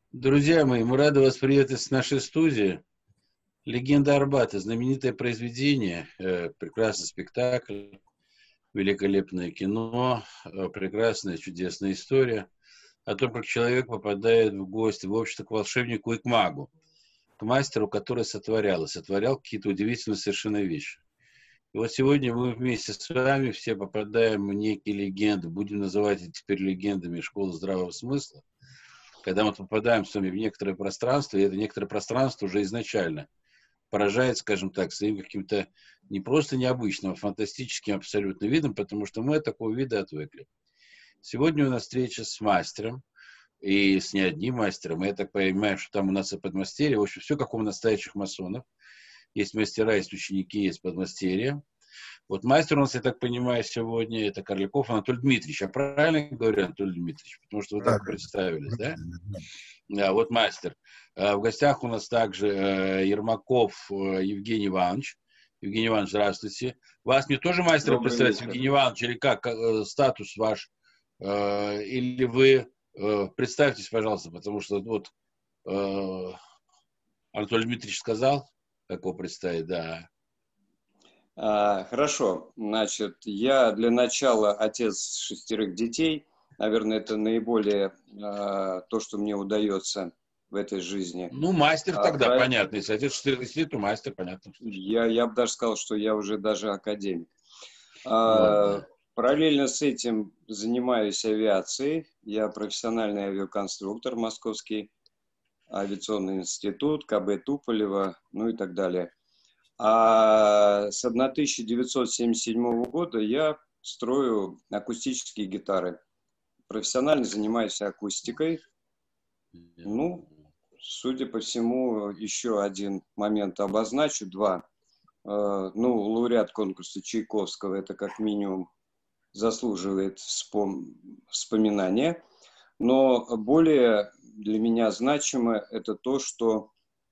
Друзья мои, мы рады вас приветствовать в нашей студии. «Легенда Арбата» — знаменитое произведение, прекрасный спектакль, великолепное кино, прекрасная, чудесная история о том, как человек попадает в гости, в общество к волшебнику и к магу, к мастеру, который сотворял, и сотворял какие-то удивительные совершенно вещи. И вот сегодня мы вместе с вами все попадаем в некие легенды, будем называть их теперь легендами школы здравого смысла, когда мы попадаем с вами в некоторое пространство, и это некоторое пространство уже изначально поражает, скажем так, своим каким-то не просто необычным, а фантастическим абсолютно видом, потому что мы от такого вида отвыкли. Сегодня у нас встреча с мастером, и с не одним мастером. Я так понимаю, что там у нас и подмастерье. В общем, все как у настоящих масонов. Есть мастера, есть ученики, есть подмастерья. Вот мастер у нас, я так понимаю, сегодня это Карляков Анатолий Дмитриевич. Я правильно говорю, Анатолий Дмитриевич? Потому что вы так представились, да? Да, вот мастер. В гостях у нас также Ермаков Евгений Иванович. Евгений Иванович, здравствуйте. Вас мне тоже мастера представить, Евгений Иванович, или как? Статус ваш? Или вы представьтесь, пожалуйста, потому что вот Анатолий Дмитриевич сказал, как его представить, да. Хорошо. Значит, я для начала отец 6 детей. Наверное, это наиболее то, что мне удается в этой жизни. Ну, мастер тогда, понятно. Если отец 4 детей, то мастер, понятно. Я бы даже сказал, что я уже даже академик. Вот, да. Параллельно с этим занимаюсь авиацией. Я профессиональный авиаконструктор, Московский авиационный институт, КБ Туполева, ну и так далее. А с 1977 года я строю акустические гитары. Профессионально занимаюсь акустикой. Ну, судя по всему, еще один момент обозначу, два. Ну, лауреат конкурса Чайковского, это как минимум заслуживает вспоминания. Но более для меня значимо это то, что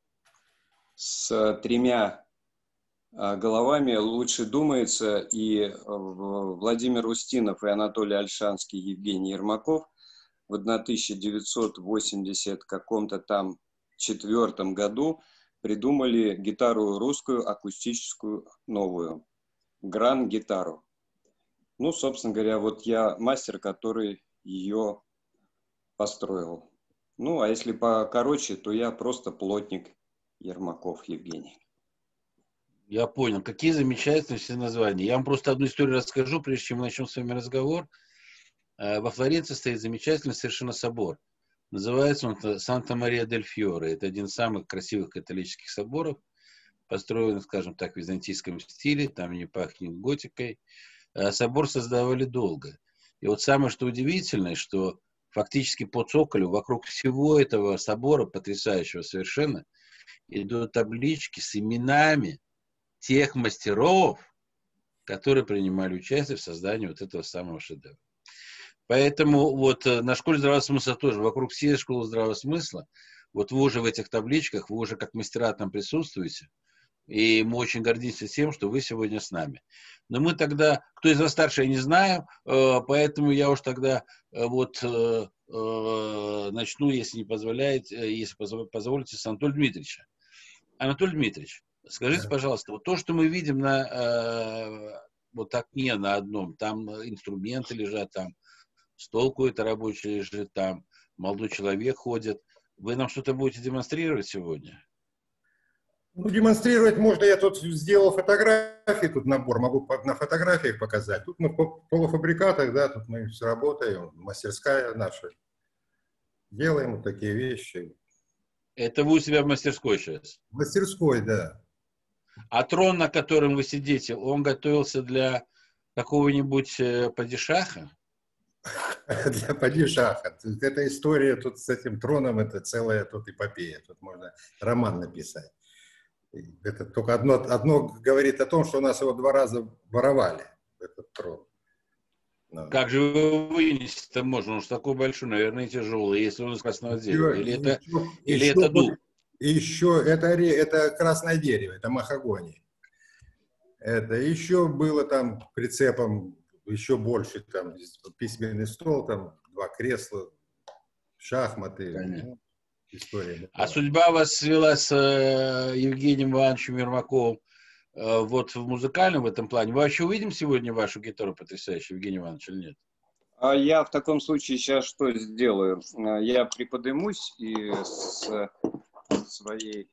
с 3 головами лучше думается, и Владимир Устинов, и Анатолий Ольшанский, Евгений Ермаков в 1980 каком-то там 4 году придумали гитару русскую, акустическую, новую, гран-гитару. Ну, собственно говоря, вот я мастер, который ее построил. Ну, а если покороче, то я просто плотник Ермаков Евгений. Я понял. Какие замечательные все названия. Я вам просто одну историю расскажу, прежде чем мы начнем с вами разговор. Во Флоренции стоит замечательный совершенно собор. Называется он Санта-Мария-дель-Фьоре. Это один из самых красивых католических соборов, построен, скажем так, в византийском стиле, там не пахнет готикой. Собор создавали долго. И вот самое, что удивительное, что фактически по цоколю вокруг всего этого собора, потрясающего совершенно, идут таблички с именами тех мастеров, которые принимали участие в создании вот этого самого шедевра. Поэтому вот на школе здравого смысла тоже, вокруг всей школы здравого смысла, вот вы уже в этих табличках, вы уже как мастера там присутствуете, и мы очень гордимся тем, что вы сегодня с нами. Но мы тогда, кто из вас старше, я не знаю, поэтому я уж тогда начну, если не позволяете, если позволите, с Анатолия Дмитриевича. Анатолий Дмитриевич, скажите, пожалуйста, вот то, что мы видим на вот окне на одном, там инструменты лежат, там стол какой-то рабочий лежит, там молодой человек ходит. Вы нам что-то будете демонстрировать сегодня? Ну, демонстрировать можно. Я тут сделал фотографии, тут набор, могу на фотографиях показать. Тут мы в полуфабрикатах, да, тут мы все работаем, мастерская наша. Делаем вот такие вещи. Это вы у себя в мастерской сейчас? В мастерской, да. А трон, на котором вы сидите, он готовился для какого-нибудь падишаха? Для падишаха. Эта история тут с этим троном, это целая тут эпопея. Тут можно роман написать. Это только одно говорит о том, что у нас его 2 раза воровали, этот трон. Но. Как же его вынести-то можно? Он же такой большой, наверное, тяжелый, если он из красного дерева. Или это дуб? Еще это красное дерево, это махагоний. Это еще было там прицепом еще больше, там письменный стол, там 2 кресла, шахматы. Понятно. история. А судьба вас свела с Евгением Ивановичем Ермаковым вот в музыкальном в этом плане. Мы вообще увидим сегодня вашу гитару потрясающую, Евгений Иванович, или нет? А я в таком случае сейчас что сделаю? Я приподнимусь и с своей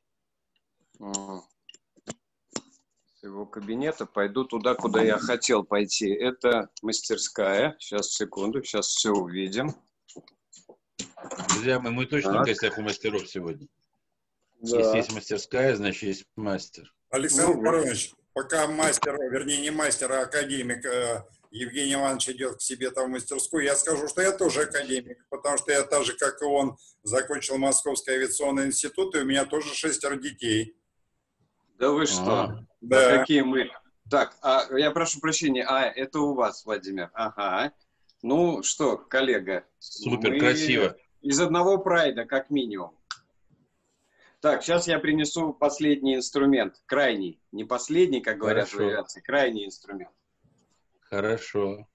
его кабинета пойду туда, куда я хотел пойти. Это мастерская. Сейчас, секунду, сейчас все увидим. Друзья мои, мы точно в гостях у мастеров сегодня. Да. Если есть мастерская, значит есть мастер. Александр Миронович, пока мастер, вернее не мастер, а академик Евгений Иванович идет к себе там в мастерскую, я скажу, что я тоже академик, потому что я так же, как и он, закончил Московский авиационный институт, и у меня тоже 6 детей. Да вы что? Да. Какие мы... Так, я прошу прощения, это у вас, Владимир. Ага. Ну что, коллега. Супер, красиво. Из одного прайда, как минимум. Так, сейчас я принесу последний инструмент. Крайний. Не последний, как говорят в авиации. Крайний инструмент. Хорошо.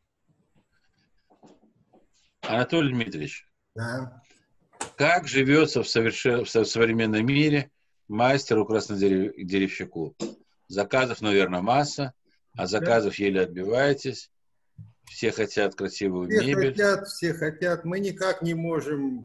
Анатолий Дмитриевич. Да. Как живется в современном мире мастеру краснодеревщику? Заказов, наверное, масса, а заказов еле отбиваетесь. Все хотят красивую мебель. Все хотят. Мы никак не можем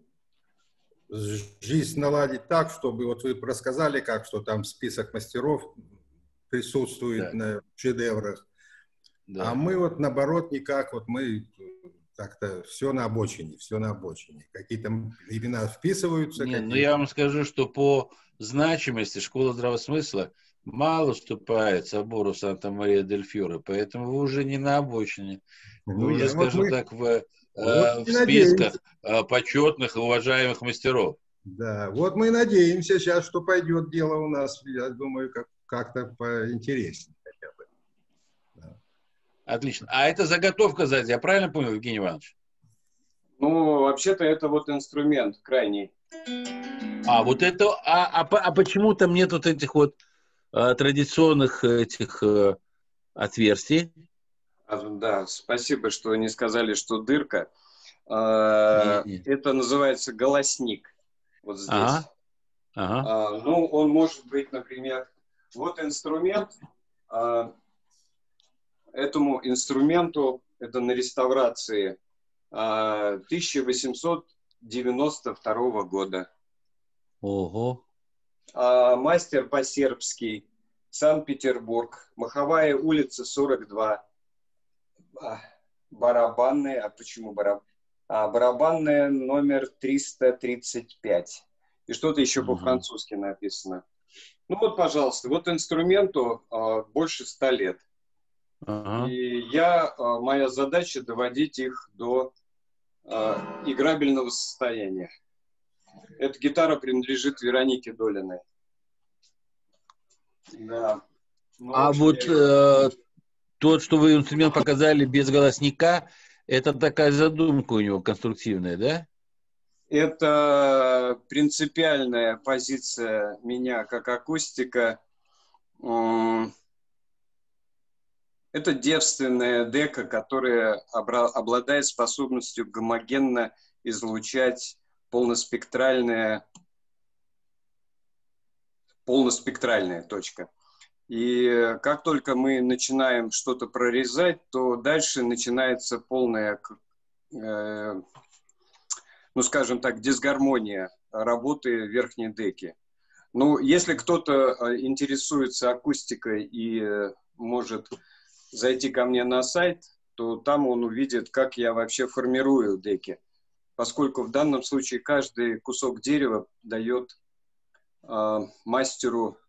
жизнь наладить так, чтобы, вот вы рассказали, как, что там список мастеров присутствует на шедеврах. Да. А мы вот наоборот никак, вот мы как-то все на обочине. Какие-то имена вписываются. Ну я вам скажу, что по значимости школа здравого смысла мало уступает собору Санта-Мария-дель-Фьоре, поэтому вы уже не на обочине. Вы, я скажу так, в списках почетных и уважаемых мастеров. Да, вот мы надеемся сейчас, что пойдет дело у нас, я думаю, как-то поинтереснее хотя бы. Да. Отлично. А это заготовка сзади, я правильно понял, Евгений Иванович? Ну, вообще-то это вот инструмент крайний. Вот это, почему там нет вот этих вот традиционных этих отверстий? Да, спасибо, что не сказали, что дырка. Это называется голосник. Вот здесь. Ну, он может быть, например, вот инструмент. Этому инструменту, это на реставрации 1892 года. Ого. Мастер по-сербски, Санкт-Петербург, Маховая улица, 42. Барабанная, почему барабанная? Барабанная номер 335. И что-то еще по-французски написано. Ну вот, пожалуйста, вот инструменту больше 100 лет. И моя задача доводить их до играбельного состояния. Эта гитара принадлежит Веронике Долиной. Да. Вот тот, что вы инструмент показали без голосника, это такая задумка у него конструктивная, да? Это принципиальная позиция меня как акустика. Это девственная дека, которая обладает способностью гомогенно излучать полноспектральная точка. И как только мы начинаем что-то прорезать, то дальше начинается полная, ну, скажем так, дисгармония работы верхней деки. Ну, если кто-то интересуется акустикой и может зайти ко мне на сайт, то там он увидит, как я вообще формирую деки. Поскольку в данном случае каждый кусок дерева дает мастеру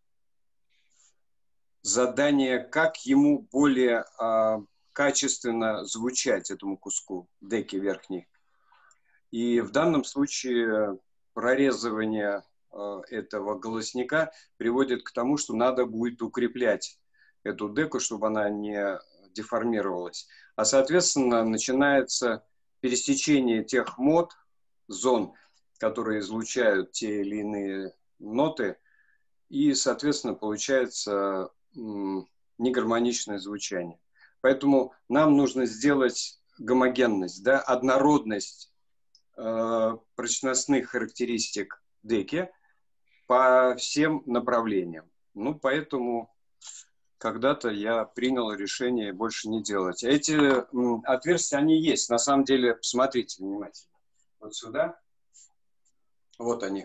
задание, как ему более качественно звучать этому куску деки верхней. И в данном случае прорезывание этого голосника приводит к тому, что надо будет укреплять эту деку, чтобы она не деформировалась. А, соответственно, начинается пересечение тех мод, зон, которые излучают те или иные ноты, и, соответственно, получается негармоничное звучание. Поэтому нам нужно сделать гомогенность, да, однородность прочностных характеристик деки по всем направлениям. Ну, поэтому когда-то я принял решение больше не делать. Эти отверстия, они есть. На самом деле, посмотрите внимательно. Вот сюда. Вот они.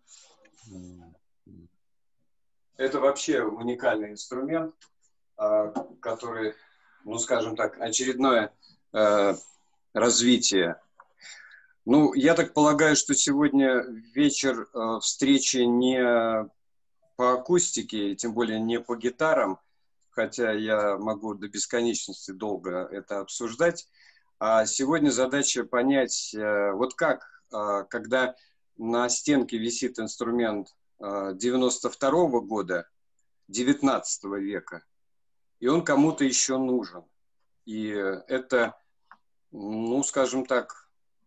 Это вообще уникальный инструмент, который, ну, скажем так, очередное развитие. Ну, я так полагаю, что сегодня вечер встречи не по акустике, тем более не по гитарам, хотя я могу до бесконечности долго это обсуждать. А сегодня задача понять, вот как, когда на стенке висит инструмент 92-го года, 19 века, и он кому-то еще нужен. И это, ну, скажем так,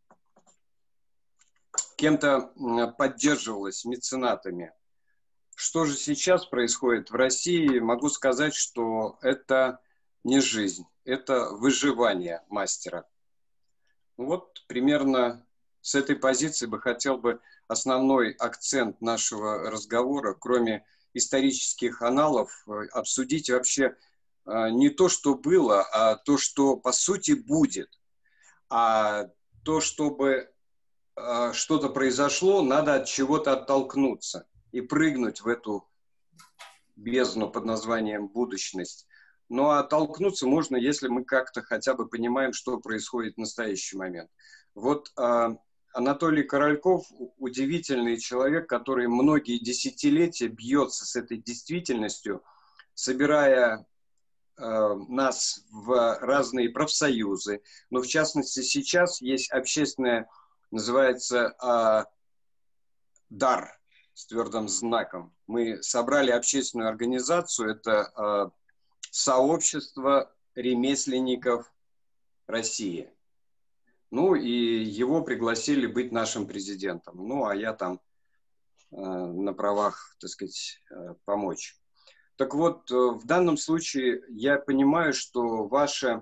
кем-то поддерживалось, меценатами. Что же сейчас происходит в России? Могу сказать, что это не жизнь, это выживание мастера. Вот примерно с этой позиции бы хотел бы основной акцент нашего разговора, кроме исторических аналов, обсудить вообще не то, что было, а то, что по сути будет. А то, чтобы что-то произошло, надо от чего-то оттолкнуться и прыгнуть в эту бездну под названием будущность. Но оттолкнуться можно, если мы как-то хотя бы понимаем, что происходит в настоящий момент. Вот Анатолий Корольков удивительный человек, который многие десятилетия бьется с этой действительностью, собирая нас в разные профсоюзы. Но в частности сейчас есть общественное, называется ДАР с твердым знаком. Мы собрали общественную организацию, это сообщество ремесленников России. Ну и его пригласили быть нашим президентом. Ну а я там на правах, так сказать, помочь. Так вот, в данном случае я понимаю, что ваша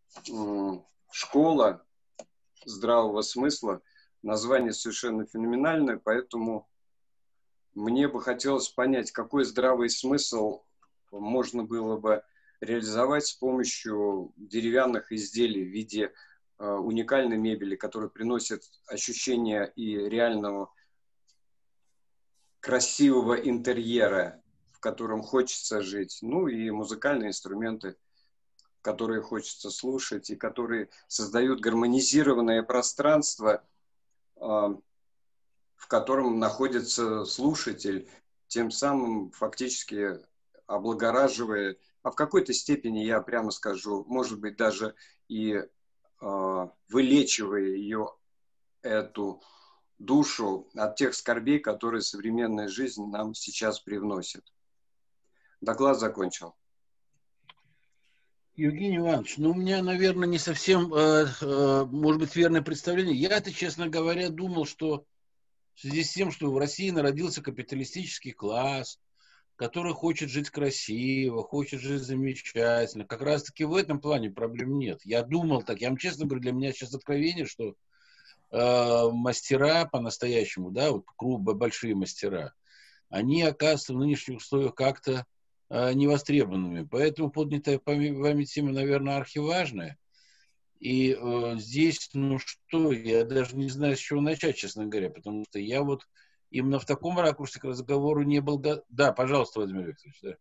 школа здравого смысла, название совершенно феноменальное, поэтому мне бы хотелось понять, какой здравый смысл можно было бы реализовать с помощью деревянных изделий в виде уникальной мебели, которая приносит ощущение и реального красивого интерьера, в котором хочется жить, ну и музыкальные инструменты, которые хочется слушать и которые создают гармонизированное пространство, в котором находится слушатель, тем самым фактически облагораживая, а в какой-то степени, я прямо скажу, может быть, даже и вылечивая ее, эту душу от тех скорбей, которые современная жизнь нам сейчас привносит. Доклад закончил. Евгений Иванович, ну у меня, наверное, не совсем, может быть, верное представление. Я-то, честно говоря, думал, что в связи с тем, что в России народился капиталистический класс, который хочет жить красиво, хочет жить замечательно, как раз-таки в этом плане проблем нет. Я думал так, я вам честно говорю, для меня сейчас откровение, что мастера по-настоящему, да, вот большие мастера, они оказываются в нынешних условиях как-то невостребованными. Поэтому поднятая вами тема, наверное, архиважная. И здесь, ну что, я даже не знаю, с чего начать, честно говоря, потому что я вот именно в таком ракурсе к разговору не был... Да, пожалуйста, Владимир Викторович, да.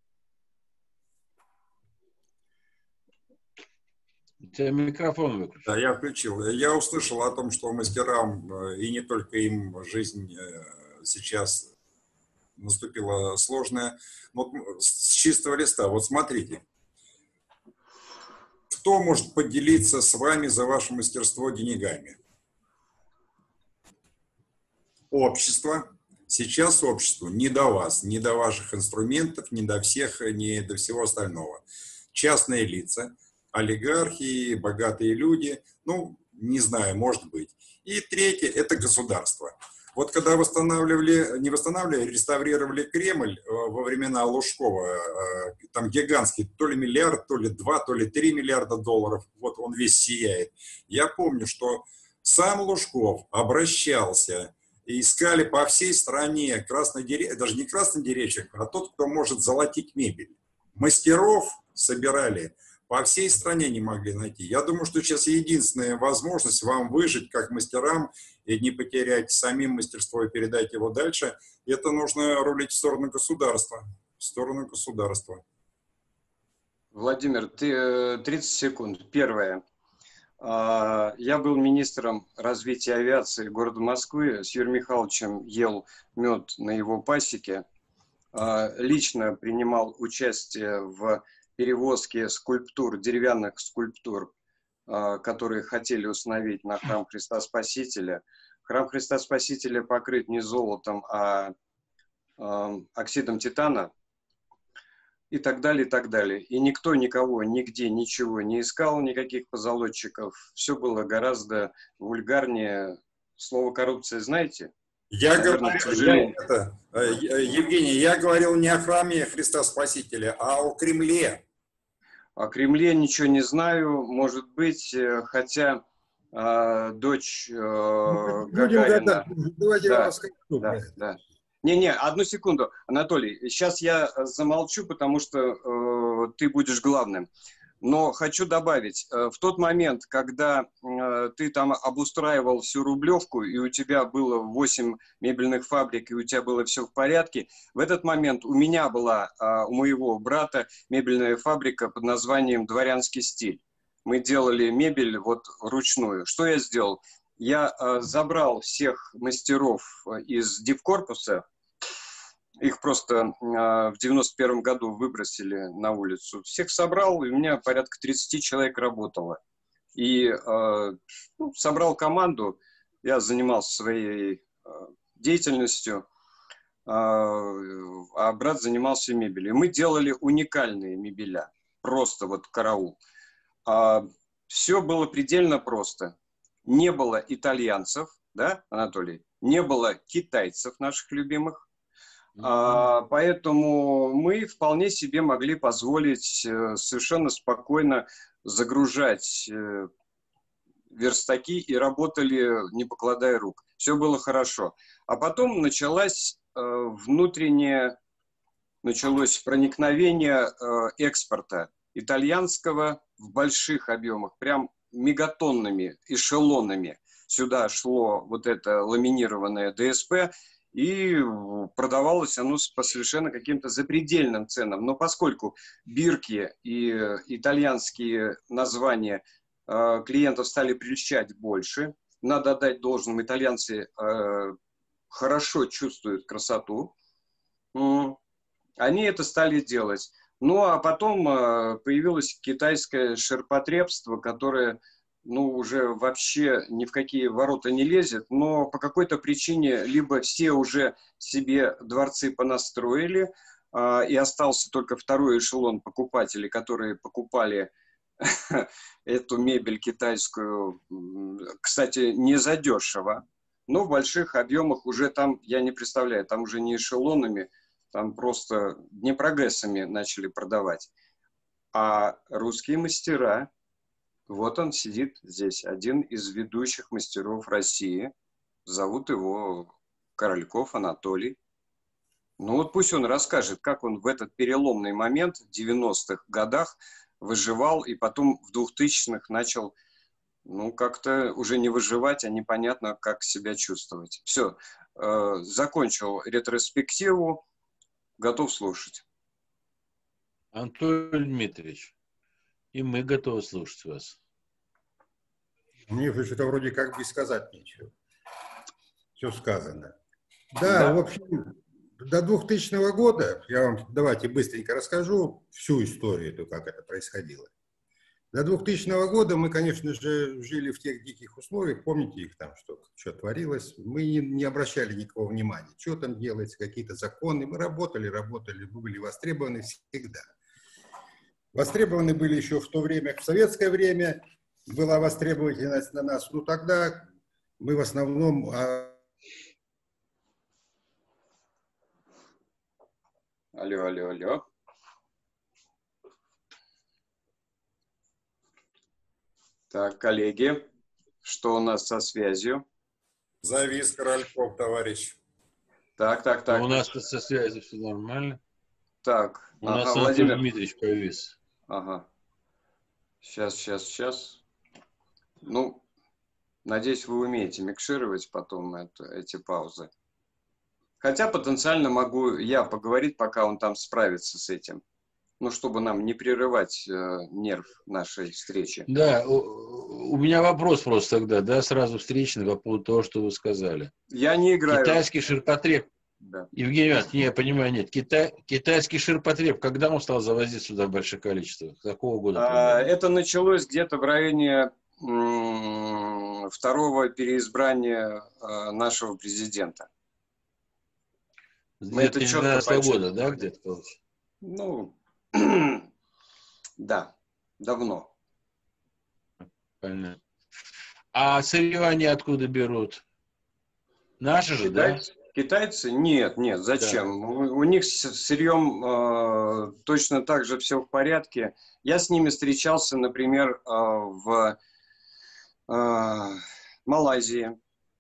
У тебя микрофон выключен. Да, я включил. Я услышал о том, что мастерам, и не только им, жизнь сейчас наступила сложная. Вот с чистого листа, вот смотрите. Кто может поделиться с вами за ваше мастерство деньгами? Общество. Сейчас обществу не до вас, не до ваших инструментов, не до всех, не до всего остального. Частные лица, олигархи, богатые люди, ну, не знаю, может быть. И третье – это государство. Вот когда реставрировали Кремль во времена Лужкова, там гигантский, то ли миллиард, то ли 2, то ли 3 миллиарда долларов, вот он весь сияет. Я помню, что Сам Лужков обращался, и искали по всей стране даже не краснодеревщик, а тот, кто может золотить мебель. Мастеров собирали, по всей стране не могли найти. Я думаю, что сейчас единственная возможность вам выжить как мастерам и не потерять самим мастерство и передать его дальше, это нужно рулить в сторону государства. В сторону государства. Владимир, ты 30 секунд. Первое. Я был министром развития авиации города Москвы. С Юрием Михайловичем ел мед на его пасеке. Лично принимал участие в перевозке скульптур, деревянных скульптур, которые хотели установить на храм Христа Спасителя. Храм Христа Спасителя покрыт не золотом, а оксидом титана. И так далее, и так далее. И никто никого нигде ничего не искал, никаких позолотчиков. Все было гораздо вульгарнее. Слово коррупция знаете? Евгений, я говорил не о храме Христа Спасителя, а о Кремле. О Кремле ничего не знаю, может быть, хотя дочь Гагарина... Давайте я вам расскажу. Да. Не, одну секунду, Анатолий. Сейчас я замолчу, потому что ты будешь главным. Но хочу добавить, в тот момент, когда ты там обустраивал всю Рублевку, и у тебя было 8 мебельных фабрик, и у тебя было все в порядке, в этот момент у меня была, у моего брата, мебельная фабрика под названием «Дворянский стиль». Мы делали мебель вот вручную. Что я сделал? Я забрал всех мастеров из дипкорпуса. Их просто в 91 году выбросили на улицу. Всех собрал, и у меня порядка 30 человек работало. И собрал команду, я занимался своей деятельностью, а брат занимался мебелью. Мы делали уникальные мебеля, просто вот караул. Все было предельно просто. Не было итальянцев, да, Анатолий? Не было китайцев наших любимых. Поэтому мы вполне себе могли позволить совершенно спокойно загружать верстаки и работали, не покладая рук. Все было хорошо. А потом началось проникновение экспорта итальянского в больших объемах, прям мегатонными эшелонами. Сюда шло вот это ламинированное ДСП, и продавалось оно по совершенно каким-то запредельным ценам. Но поскольку бирки и итальянские названия клиентов стали прельщать больше, надо отдать должным, итальянцы хорошо чувствуют красоту, они это стали делать. Ну, а потом появилось китайское ширпотребство, которое уже вообще ни в какие ворота не лезет, но по какой-то причине либо все уже себе дворцы понастроили, и остался только второй эшелон покупателей, которые покупали эту мебель китайскую, кстати, не задешево, но в больших объемах уже там, я не представляю, там уже не эшелонами, там просто днепрогрессами начали продавать. А русские мастера, вот он сидит здесь, один из ведущих мастеров России. Зовут его Корольков Анатолий. Ну вот пусть он расскажет, как он в этот переломный момент в 90-х годах выживал, и потом в 2000-х начал, как-то уже не выживать, а непонятно, как себя чувствовать. Все, закончил ретроспективу, готов слушать. Анатолий Дмитриевич, и мы готовы слушать вас. Мне что-то вроде как бы сказать нечего. Все сказано. Да, в общем, до 2000 года, я вам давайте быстренько расскажу всю историю, как это происходило. До 2000 года мы, конечно же, жили в тех диких условиях, помните их там, что творилось. Мы не обращали никакого внимания, что там делается, какие-то законы. Мы работали, мы были востребованы всегда. Востребованы были еще в то время, в советское время была востребовательность на нас. Ну, тогда мы в основном... Алло. Так, коллеги, что у нас со связью? Завис Корольков, товарищ. Так. У нас-то со связью все нормально. Так, У нас Анатолий Владимир Дмитриевич повис. Ага. Сейчас. Ну, надеюсь, вы умеете микшировать потом эти паузы. Хотя потенциально могу я поговорить, пока он там справится с этим. Ну, чтобы нам не прерывать нерв нашей встречи. Да, у меня вопрос просто тогда, да, сразу встречный по поводу того, что вы сказали. Я не играю. Китайский ширпотреб. Да. Евгений Иванович, я понимаю, нет. Китайский ширпотреб, когда он стал завозить сюда в больших количествах? Какого года? Это началось где-то в районе второго переизбрания нашего президента. Мы это четко года, да, где-то получается? Ну, да, давно. Понятно. А сырье они откуда берут? Наши же, да? Китайцы? Нет, зачем? Да. У них с сырьем точно так же все в порядке. Я с ними встречался, например, в Малайзии.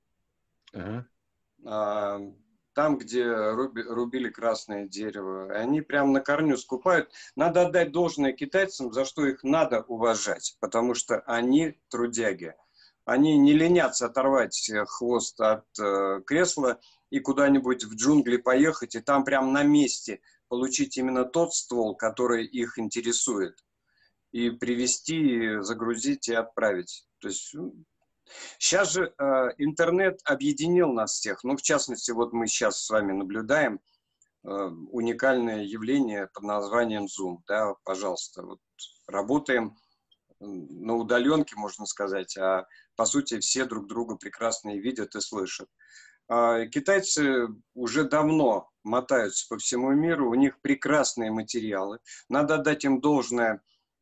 Там, где рубили красное дерево. Они прям на корню скупают. Надо отдать должное китайцам, за что их надо уважать. Потому что они трудяги. Они не ленятся оторвать хвост от кресла и куда-нибудь в джунгли поехать, и там прям на месте получить именно тот ствол, который их интересует. И привезти, загрузить и отправить. То есть сейчас же интернет объединил нас всех. Ну, в частности, вот мы сейчас с вами наблюдаем уникальное явление под названием Zoom. Да, пожалуйста, вот работаем на удаленке, можно сказать, а по сути все друг друга прекрасно и видят и слышат. Китайцы уже давно мотаются по всему миру, у них прекрасные материалы. Надо отдать им должное.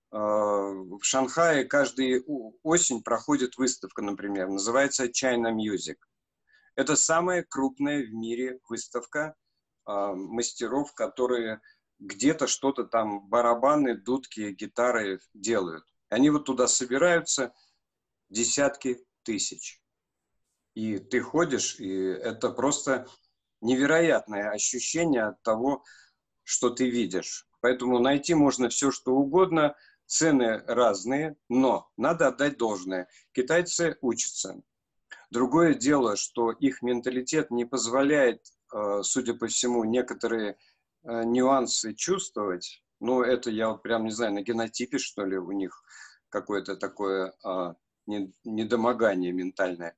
В Шанхае каждую осень проходит выставка, например, называется China Music. Это самая крупная в мире выставка мастеров, которые где-то что-то там, барабаны, дудки, гитары делают. Они вот туда собираются десятки тысяч. И ты ходишь, и это просто невероятное ощущение от того, что ты видишь. Поэтому найти можно все, что угодно. Цены разные, но надо отдать должное. Китайцы учатся. Другое дело, что их менталитет не позволяет, судя по всему, некоторые нюансы чувствовать. Ну, это я вот прям не знаю, на генотипе, что ли, у них какое-то такое недомогание ментальное.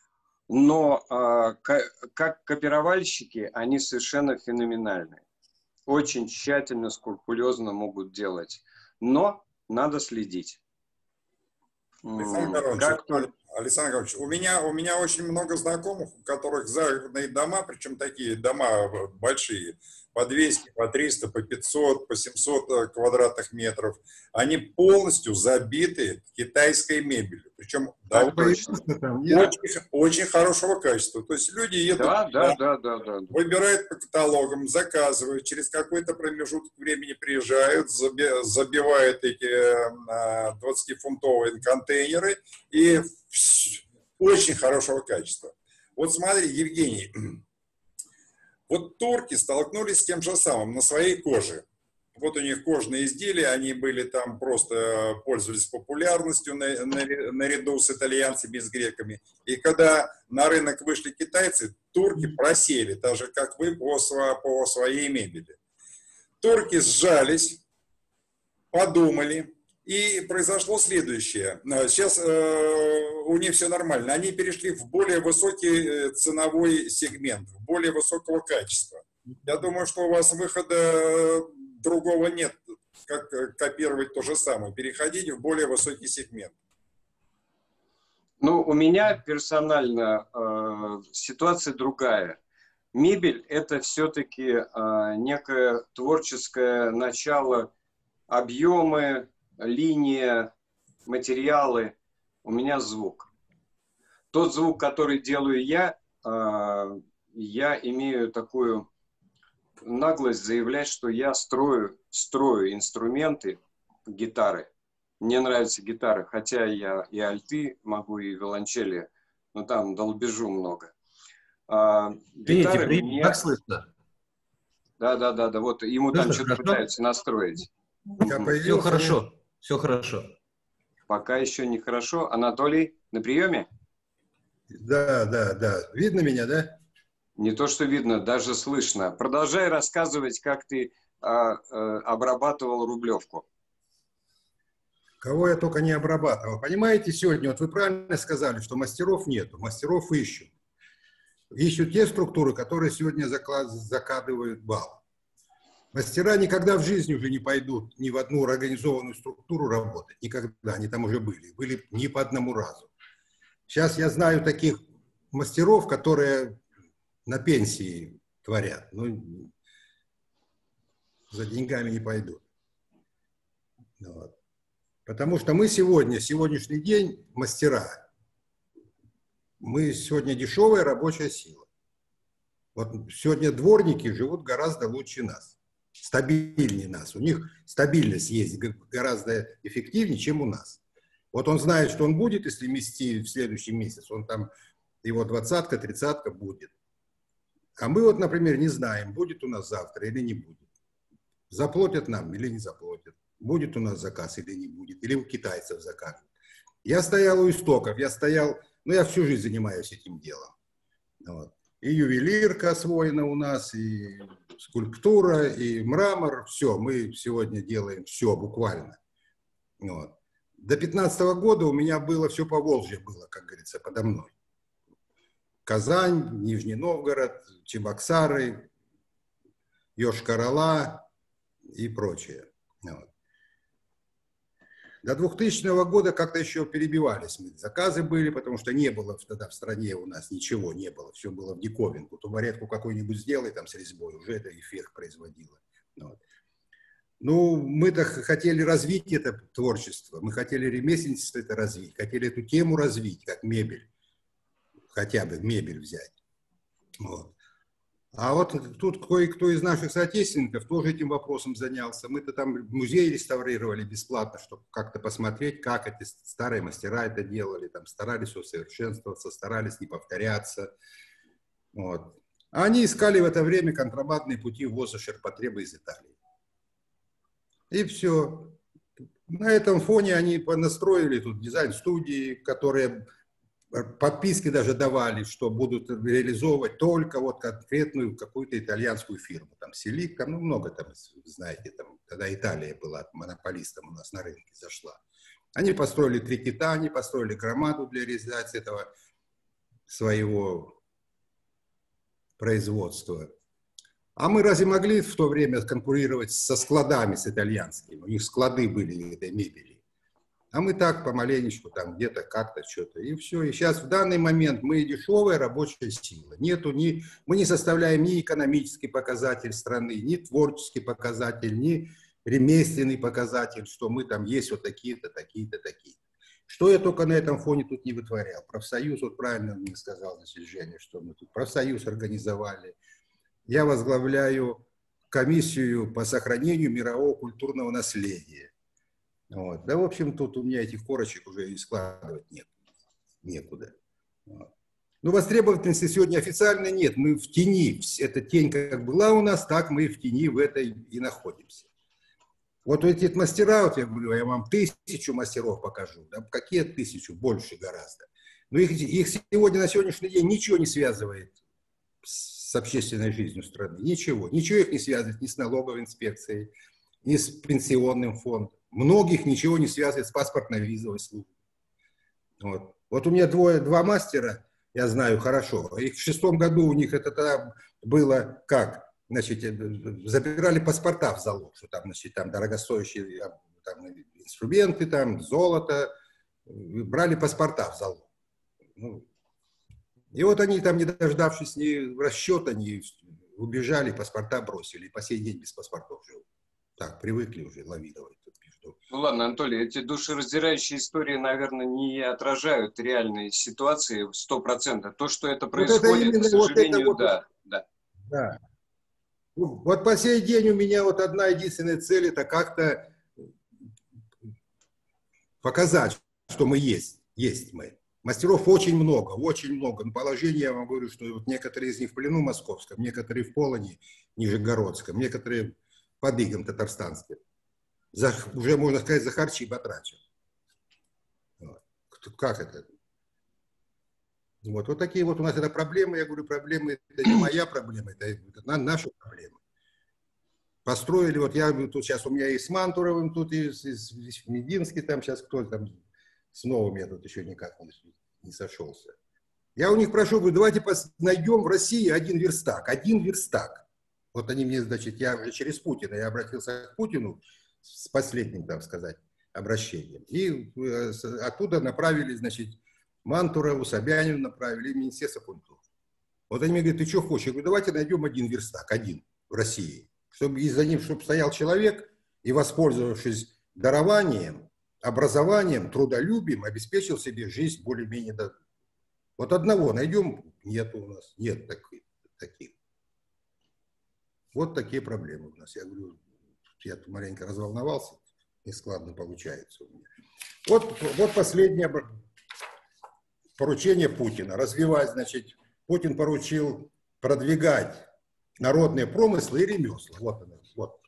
Но как копировальщики они совершенно феноменальны. Очень тщательно, скрупулезно могут делать. Но надо следить. Александр Николаевич, у меня очень много знакомых, у которых загородные дома, причем такие дома большие, по 200, по 300, по 500, по 700 квадратных метров, они полностью забиты китайской мебелью. Причем очень хорошего качества. То есть люди едут, выбирают по каталогам, заказывают, через какой-то промежуток времени приезжают, забивают эти 20-фунтовые контейнеры и очень хорошего качества. Вот смотри, Евгений, вот турки столкнулись с тем же самым на своей коже. Вот у них кожные изделия, они были там просто, пользовались популярностью наряду с итальянцами и с греками. И когда на рынок вышли китайцы, турки просели, так же как вы, по своей мебели. Турки сжались, подумали, и произошло следующее. Сейчас у них все нормально. Они перешли в более высокий ценовой сегмент, в более высокого качества. Я думаю, что у вас выхода другого нет, как копировать то же самое, переходить в более высокий сегмент. Ну, у меня персонально ситуация другая. Мебель – это все-таки некое творческое начало, объемы, линия, материалы. У меня звук. Тот звук, который делаю я имею такую наглость заявлять, что я строю инструменты, гитары Мне нравятся гитары, хотя я и альты могу, и виолончели, но там долбежу много. Гитары мне... Как слышно? Да, вот ему Слышно, там что-то хорошо? пытаются настроить. Все хорошо, все хорошо. Пока еще не хорошо. Анатолий, на приеме? Да. Видно меня, да? Не то, что видно, даже слышно. Продолжай рассказывать, как ты обрабатывал Рублевку. Кого я только не обрабатывал. Понимаете, сегодня, вот вы правильно сказали, что мастеров нету, мастеров ищут. Ищут те структуры, которые сегодня закладывают балл. Мастера никогда в жизни уже не пойдут ни в одну организованную структуру работать. Никогда. Они там уже были. Были ни по одному разу. Сейчас я знаю таких мастеров, которые на пенсии творят. Ну, за деньгами не пойдут. Вот. Потому что мы сегодняшний день мастера. Мы сегодня дешевая рабочая сила. Вот сегодня дворники живут гораздо лучше нас. Стабильнее нас. У них стабильность есть гораздо эффективнее, чем у нас. Вот он знает, что он будет, если мести в следующий месяц. Он там, его 20-ка, 30-ка будет. А мы вот, например, не знаем, будет у нас завтра или не будет. Заплатят нам или не заплатят. Будет у нас заказ или не будет. Или у китайцев заказ. Я стоял у истоков. Я всю жизнь занимаюсь этим делом. Вот. И ювелирка освоена у нас, и скульптура, и мрамор. Все, мы сегодня делаем все буквально. Вот. До 2015 года у меня было все по Волжье было, как говорится, подо мной. Казань, Нижний Новгород, Чебоксары, Йошкар-Ола и прочее. Вот. До 2000 года как-то еще перебивались мы. Заказы были, потому что не было тогда в стране у нас ничего, не было. Все было в диковинку. Тубаретку какую-нибудь сделай там с резьбой, уже это эффект производило. Вот. Ну, мы-то хотели развить это творчество, мы хотели ремесленничество это развить, хотели эту тему развить, как мебель, хотя бы мебель взять. Вот. А вот тут кое-кто из наших соотечественников тоже этим вопросом занялся. Мы-то там музей реставрировали бесплатно, чтобы как-то посмотреть, как эти старые мастера это делали, там старались усовершенствоваться, старались не повторяться. Вот. А они искали в это время контрабандные пути ввоза ширпотреба из Италии. И все. На этом фоне они понастроили тут дизайн-студии, которые подписки даже давали, что будут реализовывать только вот конкретную какую-то итальянскую фирму. Там Селик, там, ну, много там, знаете, там, когда Италия была монополистом у нас на рынке зашла. Они построили 3 кита, они построили громаду для реализации этого своего производства. А мы разве могли в то время конкурировать со складами, с итальянскими? У них склады были этой мебели. А мы так помаленечку, там где-то, как-то, что-то. И все. И сейчас в данный момент мы дешевая рабочая сила. Мы не составляем ни экономический показатель страны, ни творческий показатель, ни ремесленный показатель, что мы там есть вот такие-то, такие-то, такие-то. Что я только на этом фоне тут не вытворял. Профсоюз, вот правильно мне сказал, значит, Женя, что мы тут профсоюз организовали. Я возглавляю комиссию по сохранению мирового культурного наследия. Вот. Да, в общем, тут у меня этих корочек уже и складывать некуда. Вот. Ну, востребованности сегодня официально нет. Мы в тени. Эта тень как была у нас, так мы в тени в этой и находимся. Вот эти мастера, вот я говорю, я вам 1000 мастеров покажу. Да, какие 1000? Больше гораздо. Но их сегодня, на сегодняшний день ничего не связывает с общественной жизнью страны. Ничего. Ничего их не связывает ни с налоговой инспекцией, ни с пенсионным фондом. Многих ничего не связывает с паспортно-визовой службой. Вот у меня два мастера, я знаю хорошо. Их в 2006 году у них это тогда было как? Значит, забирали паспорта в залог, что там, значит, там дорогостоящие там, инструменты, там, золото. Брали паспорта в залог. Ну, и вот они там, не дождавшись ни расчета, они убежали, паспорта бросили. И по сей день без паспортов живут. Так, привыкли уже лавировать. Ну ладно, Анатолий, эти душераздирающие истории, наверное, не отражают реальной ситуации в 100%. То, что это происходит, к сожалению, да. Вот по сей день у меня вот одна единственная цель – это как-то показать, что мы есть мы. Мастеров очень много, очень много. Но положение, я вам говорю, что вот некоторые из них в плену московском, некоторые в полоне нижегородском, некоторые под игом татарстанским. Уже, можно сказать, за харчи потрачен. Вот. Как это? Вот такие вот у нас это проблемы. Я говорю, проблемы, это не моя проблема, это наши проблемы. Построили, вот я тут сейчас, у меня и с Мантуровым, тут и с Мединский, там сейчас кто там, с новым я тут еще никак не сошелся. Я у них прошу, говорю, давайте найдем в России один верстак. Вот они мне, значит, я уже через Путина, я обратился к Путину с последним, так сказать, обращением. И оттуда направили, значит, Мантурову, Собянину направили, и Министерство культуры. Вот они мне говорят, ты что хочешь? Я говорю, давайте найдем один верстак, один в России. Чтобы за ним чтобы стоял человек и, воспользовавшись дарованием, образованием, трудолюбием, обеспечил себе жизнь более-менее. Вот одного найдем, нет у нас, нет таких. Вот такие проблемы у нас. Я говорю, я тут маленько разволновался, нескладно получается у меня. Вот последнее поручение Путина. Развивать, значит, Путин поручил продвигать народные промыслы и ремесла. Вот оно, вот.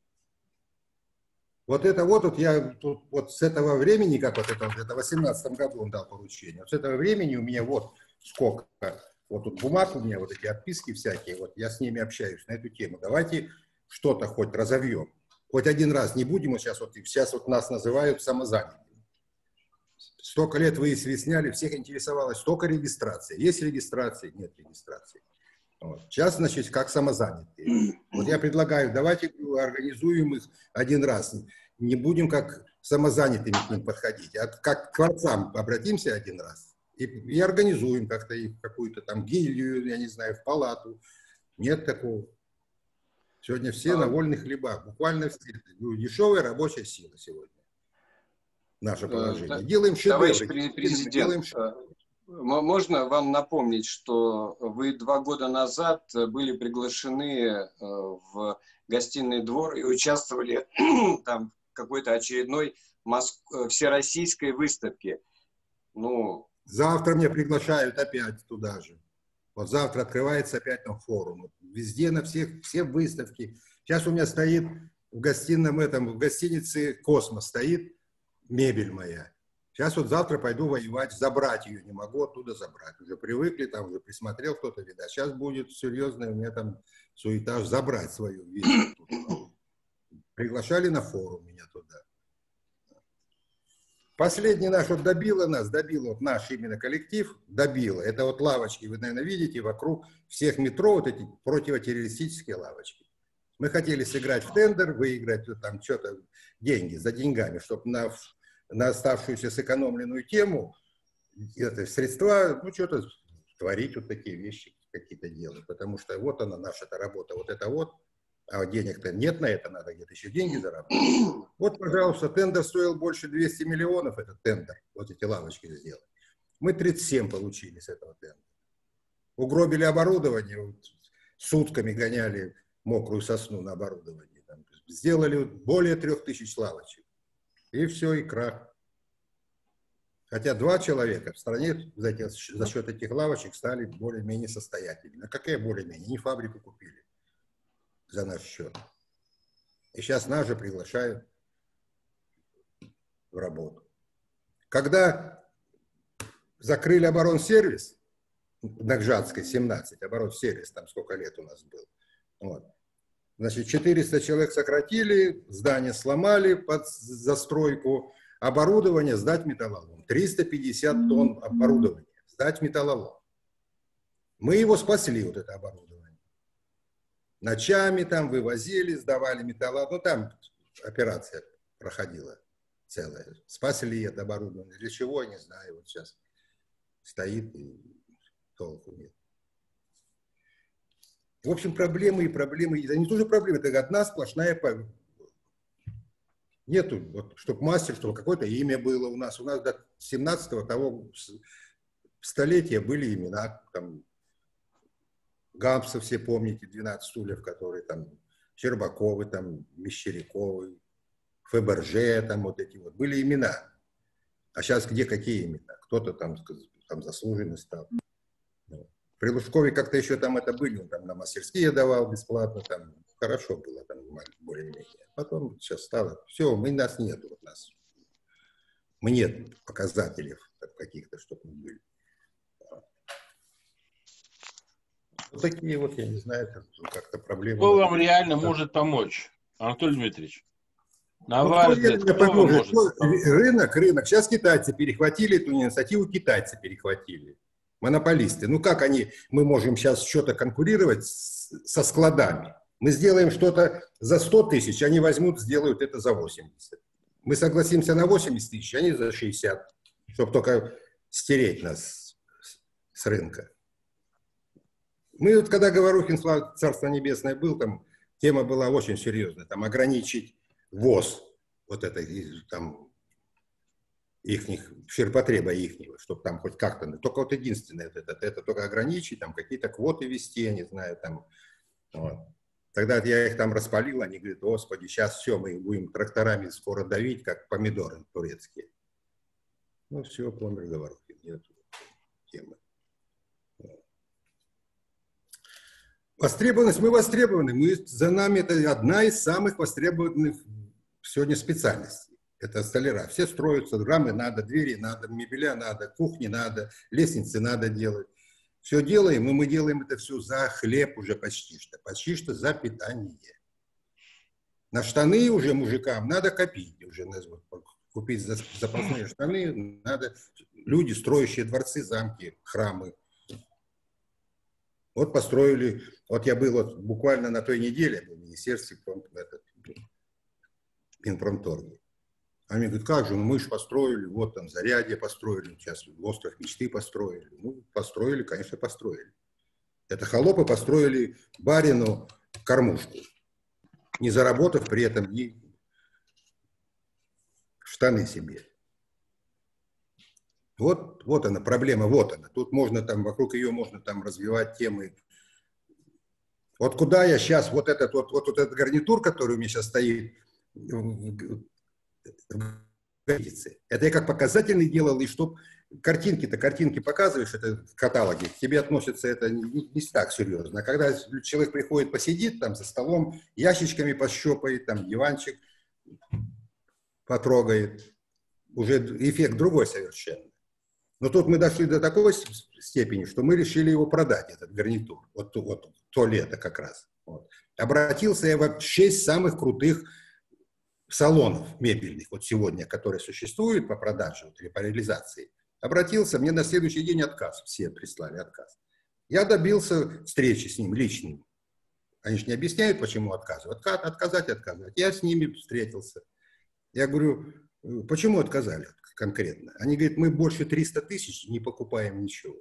Вот это вот я тут вот с этого времени, как вот это в 2018 году он дал поручение, вот с этого времени у меня вот сколько, вот тут бумаг у меня, вот эти отписки всякие, вот я с ними общаюсь на эту тему. Давайте что-то хоть разовьем. Хоть один раз не будем, сейчас вот нас называют самозанятыми. Столько лет вы сняли, всех интересовалось, столько регистрации. Есть регистрация, нет регистрации. Вот. Сейчас, значит, как самозанятые. Вот я предлагаю, давайте организуем их один раз. Не будем как самозанятыми к ним подходить, а как к творцам обратимся один раз и организуем как-то их какую-то там гильдию, я не знаю, в палату. Нет такого. Сегодня все на вольных хлебах, буквально все. Дешевая рабочая сила сегодня. Наше положение. Делаем шедевры. Товарищ президент, можно вам напомнить, что вы 2 года назад были приглашены в гостиный двор и участвовали там в какой-то очередной всероссийской выставке. Ну... Завтра меня приглашают опять туда же. Вот завтра открывается опять там форум. Везде на все выставки. Сейчас у меня стоит в гостинице «Космос» стоит мебель моя. Сейчас вот завтра пойду воевать, забрать ее не могу, оттуда забрать. Уже привыкли, там уже присмотрел кто-то, видать. Сейчас будет серьезная у меня там суета, забрать свою вещь. Приглашали на форум меня туда. Последний наш вот добил вот наш именно коллектив, добило. Это вот лавочки, вы, наверное, видите, вокруг всех метро вот эти противотеррористические лавочки. Мы хотели сыграть в тендер, выиграть там что-то, деньги, за деньгами, чтобы на оставшуюся сэкономленную тему это средства, ну, что-то творить, вот такие вещи какие-то делать. Потому что вот она, наша-то работа, вот это вот, а денег-то нет на это, надо где-то еще деньги заработать. Вот, пожалуйста, тендер стоил больше 200 миллионов, этот тендер, вот эти лавочки сделать. Мы 37 получили с этого тендера. Угробили оборудование, вот, сутками гоняли мокрую сосну на оборудование. Там, сделали более 3000 лавочек. И все, и крах. Хотя 2 человека в стране за счет этих лавочек стали более-менее состоятельными. А какая более-менее? Они фабрику купили за наш счет. И сейчас нас же приглашают в работу. Когда закрыли оборонсервис, на Гжатской, 17, оборонсервис, там сколько лет у нас был. Вот. Значит, 400 человек сократили, здание сломали под застройку, оборудование сдать металлолом. 350 тонн оборудования сдать металлолом. Мы его спасли, вот это оборудование. Ночами там вывозили, сдавали металлолом. Ну, там операция проходила целая. Спасли это оборудование. Для чего, не знаю. Вот сейчас стоит и толку нет. В общем, проблемы. Это не тоже проблемы, это одна сплошная проблема. Нету, вот, чтобы мастер, чтобы какое-то имя было у нас. У нас до 17-го того столетия были имена. Там, Гамса, все помните, 12 стульев, которые там, Щербаковы, там, Мещеряковы, Фаберже, там вот эти вот. Были имена. А сейчас где какие имена? Кто-то там заслуженный стал. При Лужкове как-то еще там это были, он там на мастерские давал бесплатно, там хорошо было, там более-менее. Потом сейчас стало, все, нас нету у нас. Мы нет показателей каких-то, чтобы мы были. Вот такие вот, я не знаю, как-то проблемы. Кто вам реально может помочь, Анатолий Дмитриевич? На ваш взгляд, кто вам может помочь? Рынок. Сейчас китайцы перехватили эту инициативу, китайцы перехватили. Монополисты. Ну как мы можем сейчас что-то конкурировать со складами? Мы сделаем что-то за 100 тысяч, они возьмут, сделают это за 80. Мы согласимся на 80 тысяч, они за 60, чтобы только стереть нас с рынка. Мы вот, когда Говорухин, Царство Небесное, был, там тема была очень серьезная, там ограничить ввоз вот этой, там, ихних, ширпотреба ихнего, чтобы там хоть как-то, только вот единственное, это только ограничить, там какие-то квоты ввести, я не знаю, там, вот. Тогда я их там распалил, они говорят, господи, сейчас все, мы будем тракторами скоро давить, как помидоры турецкие. Ну все, помер Говорухин, нет темы. Востребованность, мы востребованы, за нами это одна из самых востребованных сегодня специальностей. Это столяра. Все строятся, рамы надо, двери надо, мебеля надо, кухни надо, лестницы надо делать. Все делаем, но мы делаем это все за хлеб уже почти что за питание. На штаны уже мужикам надо копить, уже купить запасные штаны, надо люди, строящие дворцы, замки, храмы. Вот построили, вот я был вот буквально на той неделе в Министерстве Минпромторга. Они говорят, как же, мы же построили, вот там Зарядье построили, сейчас Остров Мечты построили. Ну, построили, конечно, построили. Это холопы построили барину кормушку, не заработав при этом ни штаны себе. Вот она, проблема, вот она. Тут можно там, вокруг ее можно там развивать темы. Вот куда я сейчас, вот этот гарнитур, который у меня сейчас стоит, это я как показательный делал, и чтоб картинки показываешь, это в каталоге, к тебе относятся это не так серьезно. А когда человек приходит, посидит там за столом, ящичками пощупает, там диванчик потрогает, уже эффект другой совершенно. Но тут мы дошли до такой степени, что мы решили его продать, этот гарнитур, вот то лето как раз. Вот. Обратился я в 6 самых крутых салонов мебельных, вот сегодня, которые существуют по продаже вот, или по реализации. Обратился, мне на следующий день отказ, все прислали отказ. Я добился встречи с ним личным. Они же не объясняют, почему отказывают. Отказать. Я с ними встретился. Я говорю, почему отказали конкретно? Они говорят, мы больше 300 тысяч не покупаем ничего.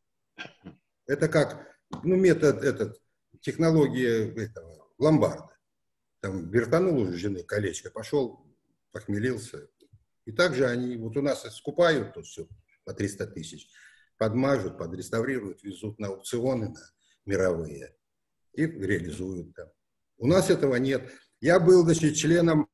Это как, метод, технология этого ломбарда. Там вертанул уже жены колечко, пошел, похмелился. И также они, вот у нас скупают тут все по 300 тысяч, подмажут, подреставрируют, везут на аукционы на мировые и реализуют там. У нас этого нет. Я был, значит, членом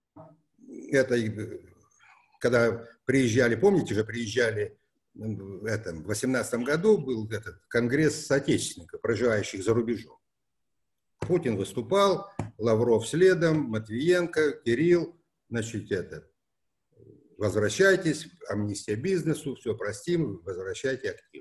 этой, когда приезжали, помните же, приезжали в 2018 году, был этот конгресс соотечественников, проживающих за рубежом. Путин выступал, Лавров следом, Матвиенко, Кирилл, значит, возвращайтесь, амнистия бизнесу, все простим, возвращайте актив.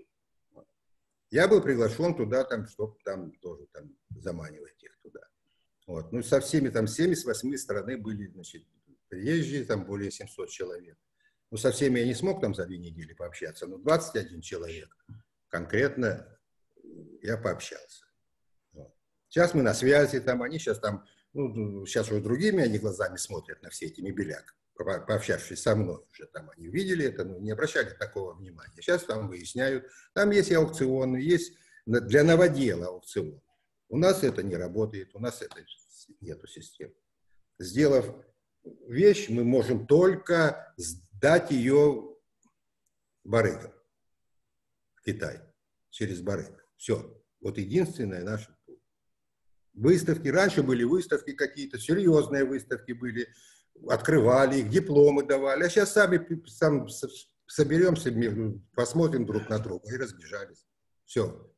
Я был приглашен туда, чтобы там тоже заманивать их туда. Вот. Ну, со всеми там 78 страны были, значит, приезжие, там более 700 человек. Ну, со всеми я не смог там за 2 недели пообщаться, но 21 человек конкретно я пообщался. Вот. Сейчас мы на связи, там, они сейчас там, сейчас уже другими они глазами смотрят на все эти мебеля, пообщавшись со мной уже, там они видели это, но не обращали такого внимания. Сейчас там выясняют, там есть и аукционы, есть для новодела аукцион. У нас это не работает, у нас это нету системы. Сделав вещь, мы можем только сдать ее барыгам в Китай, через барыг. Все. Вот единственное наше. Выставки, раньше были выставки какие-то, серьезные выставки были, открывали их, дипломы давали, а сейчас сами соберемся, посмотрим друг на друга и разбежались. Все.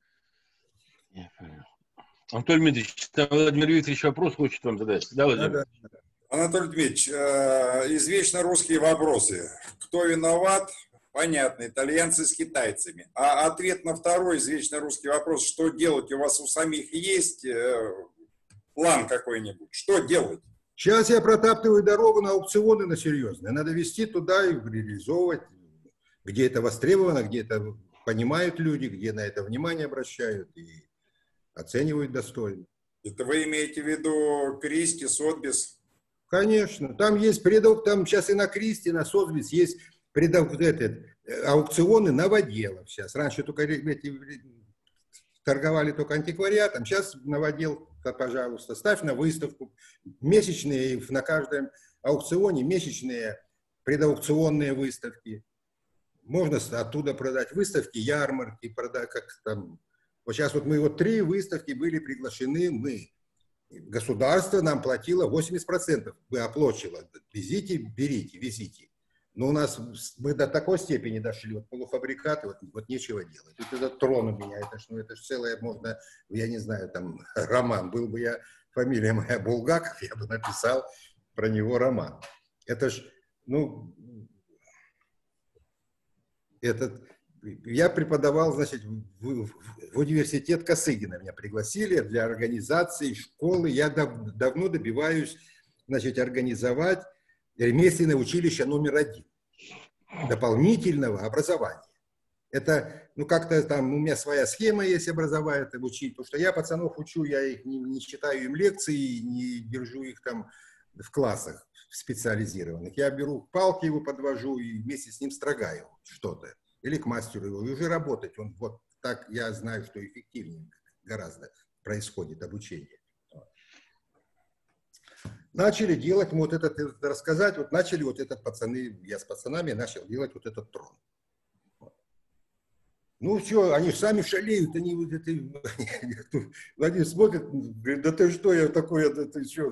Анатолий Дмитриевич, Владимир Викторович вопрос хочет вам задать. Да, Владимир? Да. Анатолий Дмитриевич, извечно русские вопросы. Кто виноват? Понятно, итальянцы с китайцами. А ответ на второй извечно русский вопрос, что делать? У вас у самих есть план какой-нибудь? Что делать? Сейчас я протаптываю дорогу на аукционы на серьезные. Надо вести туда и реализовывать, где это востребовано, где это понимают люди, где на это внимание обращают и оценивают достойно. Это вы имеете в виду Кристи, Сотбис? Конечно. Там есть там сейчас и на Кристи, на Сотбис есть аукционы новоделов сейчас. Раньше только торговали только антиквариатом, сейчас новодел, пожалуйста, ставь на выставку. Месячные на каждом аукционе, месячные предаукционные выставки. Можно оттуда продать выставки, ярмарки, продать как там. Вот сейчас вот мы 3 выставки были приглашены, мы. Государство нам платило 80%, оплачивало. Везите, берите, везите. Но у нас мы до такой степени дошли, вот полуфабрикаты, вот нечего делать. Вот этот трон у меня, это ж целое, можно, я не знаю, там, роман. Был бы я, фамилия моя Булгаков, я бы написал про него роман. Это ж, я преподавал, значит, в университет Косыгина. Меня пригласили для организации школы. Я давно добиваюсь, значит, организовать ремесленное училище номер 1 дополнительного образования. Это, как-то там у меня своя схема есть образования учить, потому что я пацанов учу, я их не читаю им лекции, не держу их там в классах специализированных. Я беру палки, его подвожу и вместе с ним строгаю что-то. Или к мастеру его, и уже работать. Он вот так, я знаю, что эффективнее гораздо происходит обучение. Начали делать, вот этот, рассказать, вот начали вот этот пацаны, я с пацанами начал делать вот этот трон. Ну все, они сами шалеют, они вот это, они смотрят, говорят, да ты что, я такой, ты что,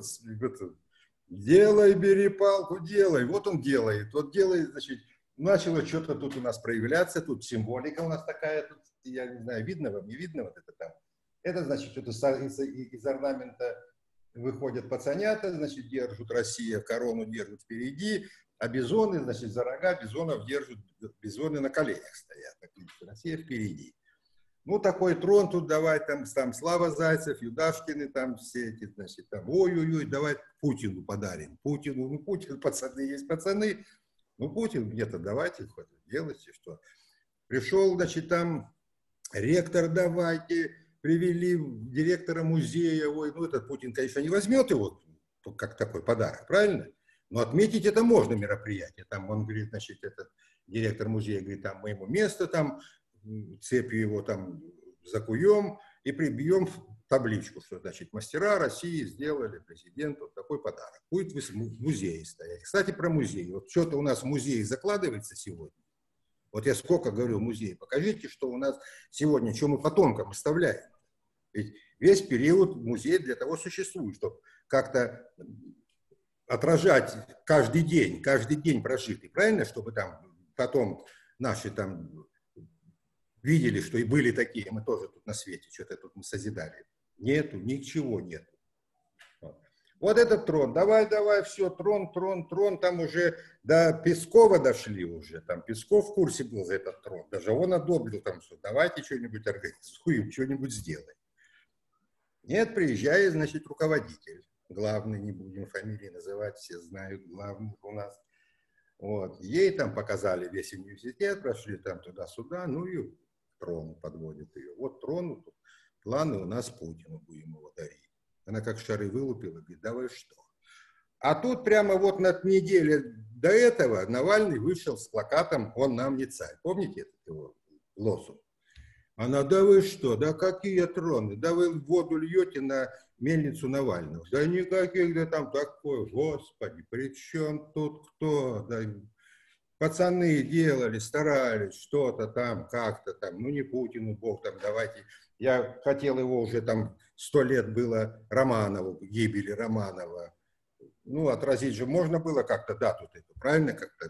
делай, бери палку, делай. Вот он делает, значит, начало что-то тут у нас проявляться, тут символика у нас такая, тут, я не знаю, видно вам, не видно вот это там. Это значит, что-то из орнамента выходят пацанята, значит, держат Россия, корону держат впереди, а бизоны, значит, за рога бизонов держат, бизоны на коленях стоят, так, Россия впереди. Ну, такой трон тут давай, там Слава Зайцев, Юдашкины, там все эти, значит, там, ой-ой-ой, давай Путину подарим. Путину, Путин, пацаны есть пацаны, Путин где-то давайте, хоть делайте, что. Пришел, значит, там ректор, давайте, привели директора музея, этот Путин, конечно, не возьмет его как такой подарок, правильно? Но отметить это можно мероприятие. Там он говорит, значит, этот директор музея говорит, там мы ему место, там цепью его там закуем и прибьем табличку, что, значит, мастера России сделали президенту такой подарок. Будет в музее стоять. Кстати, про музей. Вот что-то у нас в музее закладывается сегодня. Вот я сколько говорю музей, покажите, что у нас сегодня, что мы потомкам оставляем. Ведь весь период музей для того существует, чтобы как-то отражать каждый день прожитый, правильно? Чтобы там потом наши там видели, что и были такие, мы тоже тут на свете, что-то тут мы созидали. Нету, ничего нету. Вот этот трон, давай, все, трон, там уже до Пескова дошли уже, там Песков в курсе был за этот трон, даже он одобрил там, что давайте что-нибудь организуем, что-нибудь сделаем. Нет, приезжает, значит, руководитель, главный, не будем фамилии называть, все знают главных у нас. Вот, ей там показали весь университет, прошли там туда-сюда, ну и к трону подводят ее. Вот трону, планы у нас Путину, будем его дарить. Она как шары вылупила, говорит, да вы что? А тут прямо вот на неделе до этого Навальный вышел с плакатом «Он нам не царь». Помните этот его лозунг? Она, да вы что, да какие троны, да вы воду льете на мельницу Навального. Да никаких, да там такое, господи, при чем тут кто? Да, пацаны делали, старались, что-то там, как-то там, ну не Путину, бог там, давайте. Я хотел его уже там 100 лет было Романову, гибели Романова. Ну, отразить же можно было как-то дату эту, правильно? Как-то.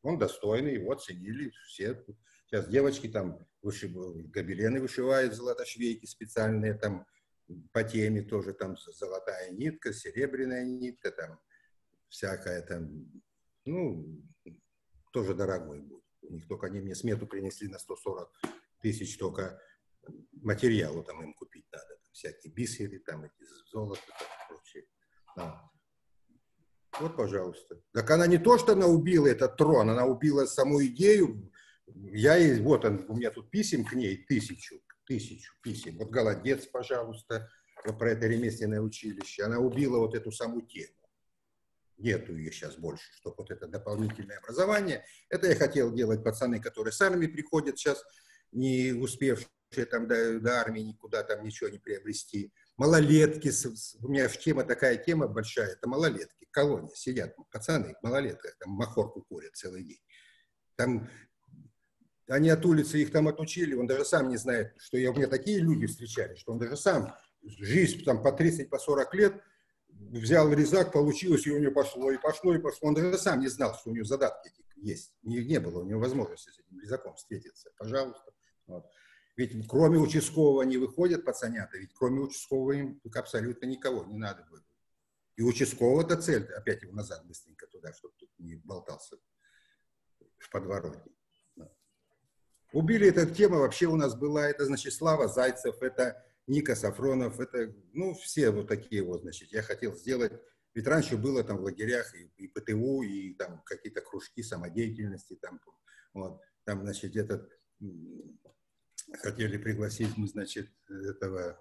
Он достойный, его оценили все. Сейчас девочки там гобелены вышивают, золотошвейки специальные, там по теме тоже там золотая нитка, серебряная нитка, там всякая там, ну, тоже дорогой будет. У них только они мне смету принесли на 140 тысяч, только материалу там им купить надо. Там всякие бисеры, там эти золото, и прочее. Да. Вот, пожалуйста. Так она не то, что она убила этот трон, она убила саму идею. Вот у меня тут писем к ней, тысячу писем. Вот «Голодец», пожалуйста, вот про это ремесленное училище. Она убила вот эту саму тему. Нету ее сейчас больше, чтобы вот это дополнительное образование. Это я хотел делать пацаны, которые с армии приходят сейчас, не успевшие там до армии никуда там ничего не приобрести. Малолетки, у меня тема такая тема большая, это малолетки, колония, сидят пацаны, малолетки, там махорку курят целый день. Там они от улицы их там отучили, он даже сам не знает, что у меня такие люди встречались, что он даже сам, жизнь там по 30, по 40 лет, взял резак, получилось, и у него пошло, и пошло, и пошло. Он даже сам не знал, что у него задатки есть. Не было у него возможности с этим резаком встретиться. Пожалуйста. Вот. Ведь кроме участкового не выходят пацанята, ведь кроме участкового им абсолютно никого не надо было. И участкового-то цель, опять его назад быстренько туда, чтобы тут не болтался в подворотне. Убили, эта тема вообще у нас была, это значит Слава Зайцев, это Ника Сафронов, это, ну, все вот такие вот, значит, я хотел сделать, ведь раньше было там в лагерях и ПТУ, и там какие-то кружки самодеятельности, там, вот, там, значит, этот, хотели пригласить мы, значит, этого,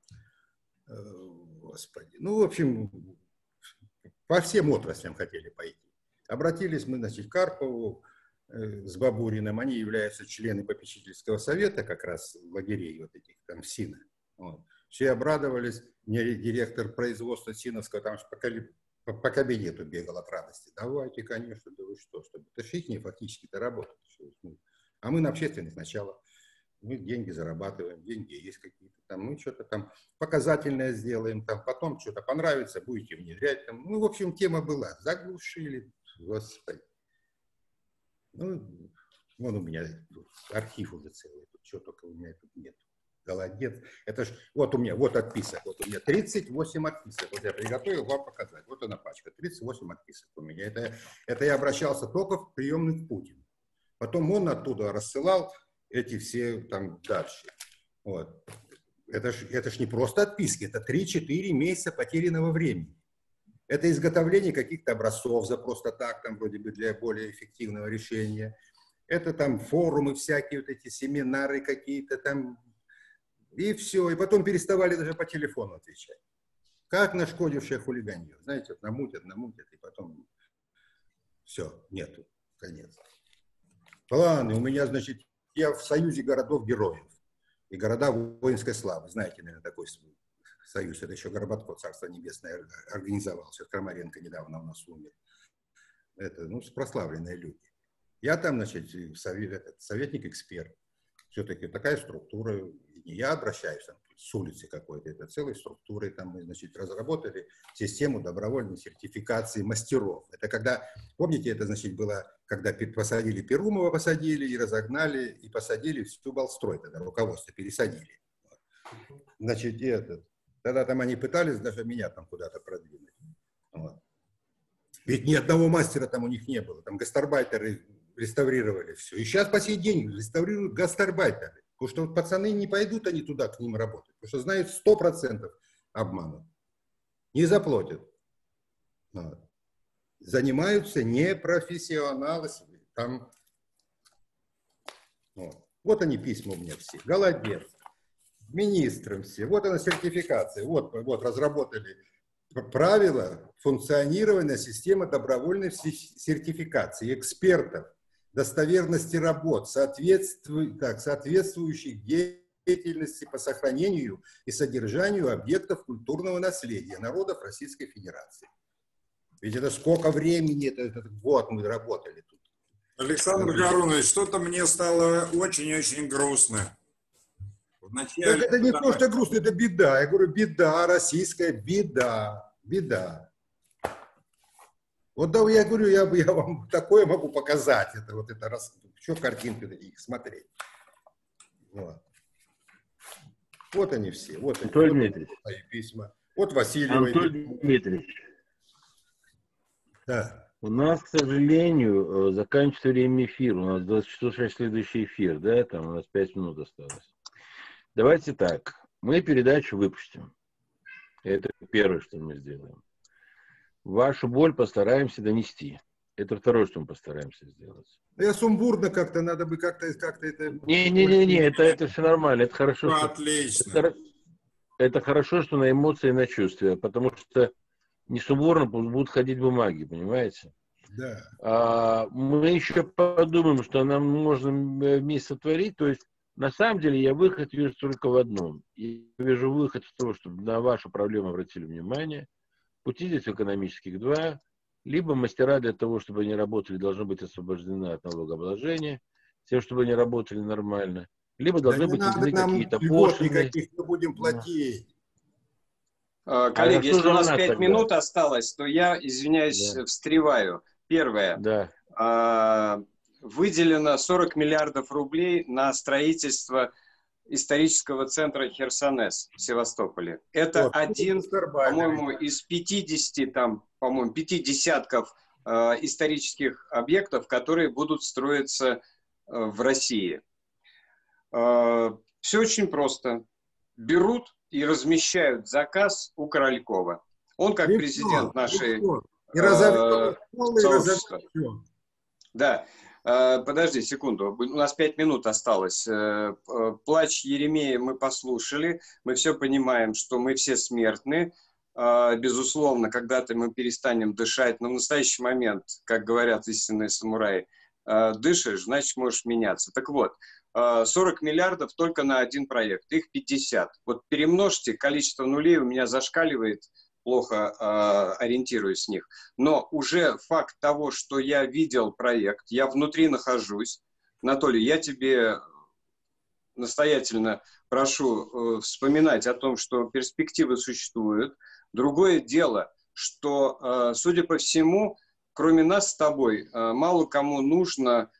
господи, ну, в общем, по всем отраслям хотели пойти. Обратились мы, значит, к Карпову, с Бабуриным, они являются членами попечительского совета, как раз лагерей вот этих, там, СИНа. Вот. Все обрадовались, мне директор производства СИНовского там по кабинету бегал от радости. Давайте, конечно, да вы что, чтобы это фигня фактически-то работает. А мы на общественных сначала, мы деньги зарабатываем, деньги есть какие-то там, мы что-то там показательное сделаем, там, потом что-то понравится, будете внедрять. Там. Ну, в общем, тема была, заглушили, господи. Ну, вон у меня архив уже целый, тут что только у меня тут нет. Голодец. Это ж, вот у меня, вот отписок, вот у меня 38 отписок. Вот я приготовил вам показать. Вот она пачка, 38 отписок у меня. Это я обращался только в приемный к Путину. Потом он оттуда рассылал эти все там дальше. Вот. Это ж не просто отписки, это 3-4 месяца потерянного времени. Это изготовление каких-то образцов за просто так, там вроде бы для более эффективного решения. Это там форумы всякие, вот эти семинары какие-то там. И все. И потом переставали даже по телефону отвечать. Как нашкодившее хулиганье. Знаете, вот намутят, и потом все, нету, конец. Планы у меня, значит, я в Союзе городов-героев. И города воинской славы. Знаете, наверное, такой союз. Это еще Горбатко, Царство Небесное, организовал. Сейчас Крамаренко недавно у нас умер. Это, ну, прославленные люди. Я там, значит, советник-эксперт. Все-таки такая структура. Не я обращаюсь там, с улицы какой-то. Это целой структурой. Там мы, значит, разработали систему добровольной сертификации мастеров. Это когда, помните, это, значит, было, когда посадили Перумова, посадили и разогнали, и посадили всю Балстрой, тогда руководство пересадили. Значит, тогда там они пытались даже меня там куда-то продвинуть. Вот. Ведь ни одного мастера там у них не было. Там гастарбайтеры реставрировали все. И сейчас по сей день реставрируют гастарбайтеры. Потому что вот пацаны не пойдут они туда к ним работать. Потому что знают 100% обманут. Не заплатят. Вот. Занимаются непрофессионалы. Там... Вот они письма у меня все. Голодец. Министрам все. Вот она сертификация. Вот разработали правила функционирования системы добровольной сертификации экспертов, достоверности работ, соответствующих деятельности по сохранению и содержанию объектов культурного наследия народов Российской Федерации. Ведь это сколько времени, этот год мы работали тут. Александр Гарунович, что-то мне стало очень-очень грустно. Вначале, это не то, что грустно, это беда. Я говорю, беда, российская беда. Беда. Вот да, я говорю, я вам такое могу показать. Это вот это раз, еще картинки таких смотреть. Вот они все. Вот они. Анатолий Дмитриевич. Вот письма. Вот Васильева. Анатолий Дмитриевич. Да. У нас, к сожалению, заканчивается время эфира. У нас 20 часов сейчас следующий эфир, да? Там у нас 5 минут осталось. Давайте так. Мы передачу выпустим. Это первое, что мы сделаем. Вашу боль постараемся донести. Это второе, что мы постараемся сделать. Я сумбурно как-то, надо бы как-то это... Не, это все нормально. Это хорошо. Ну, отлично. Это хорошо, что на эмоции и на чувства, потому что не сумбурно будут ходить бумаги, понимаете? Да. Мы еще подумаем, что нам можно вместе творить. То есть, на самом деле, я выход вижу только в одном. Я вижу выход в том, чтобы на вашу проблему обратили внимание. Пути здесь экономических два. Либо мастера для того, чтобы они работали, должны быть освобождены от налогообложения, тем, чтобы они работали нормально. Либо должны быть введены какие-то пошлины. Никаких мы будем платить. Коллеги, если у нас 5 минут осталось, то я, извиняюсь, встреваю. Первое. Да. Выделено 40 миллиардов рублей на строительство исторического центра Херсонес в Севастополе. Это один, по-моему, из 50, там, по-моему, 50 исторических объектов, которые будут строиться в России. Все очень просто. Берут и размещают заказ у Королькова. Он как президент нашей сообщества. Да. Подожди секунду, у нас 5 минут осталось. Плач Еремея мы послушали, мы все понимаем, что мы все смертны. Безусловно, когда-то мы перестанем дышать, но в настоящий момент, как говорят истинные самураи, дышишь, значит можешь меняться. Так вот, 40 миллиардов только на один проект, их 50. Вот перемножьте, количество нулей у меня зашкаливает, плохо ориентируюсь в них. Но уже факт того, что я видел проект, я внутри нахожусь. Анатолий, я тебе настоятельно прошу вспоминать о том, что перспективы существуют. Другое дело, что, судя по всему, кроме нас с тобой, мало кому нужно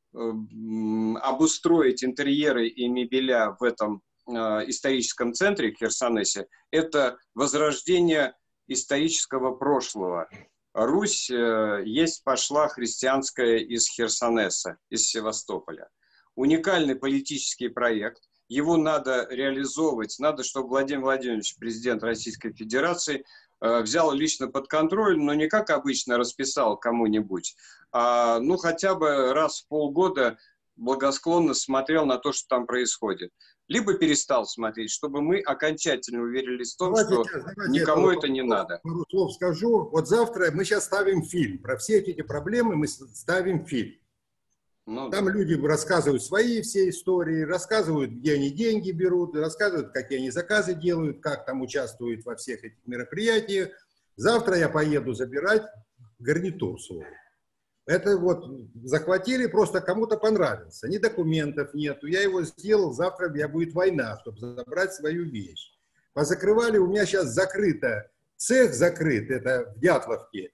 обустроить интерьеры и мебеля в этом историческом центре в Херсонесе. Это возрождение исторического прошлого. Русь есть пошла христианская из Херсонеса, из Севастополя. Уникальный политический проект. Его надо реализовывать. Надо, чтобы Владимир Владимирович, президент Российской Федерации, взял лично под контроль, но не как обычно расписал кому-нибудь, а ну хотя бы раз в полгода благосклонно смотрел на то, что там происходит. Либо перестал смотреть, чтобы мы окончательно уверились в том, что никому это не надо. Пару слов скажу. Вот завтра мы сейчас ставим фильм. Про все эти проблемы мы ставим фильм. Ну, там люди рассказывают свои все истории, рассказывают, где они деньги берут, рассказывают, какие они заказы делают, как там участвуют во всех этих мероприятиях. Завтра я поеду забирать гарнитур свой. Это вот захватили, просто кому-то понравился. Ни документов нету. Я его сделал, завтра будет война, чтобы забрать свою вещь. Позакрывали, у меня сейчас закрыто, цех закрыт, это в Дятловке,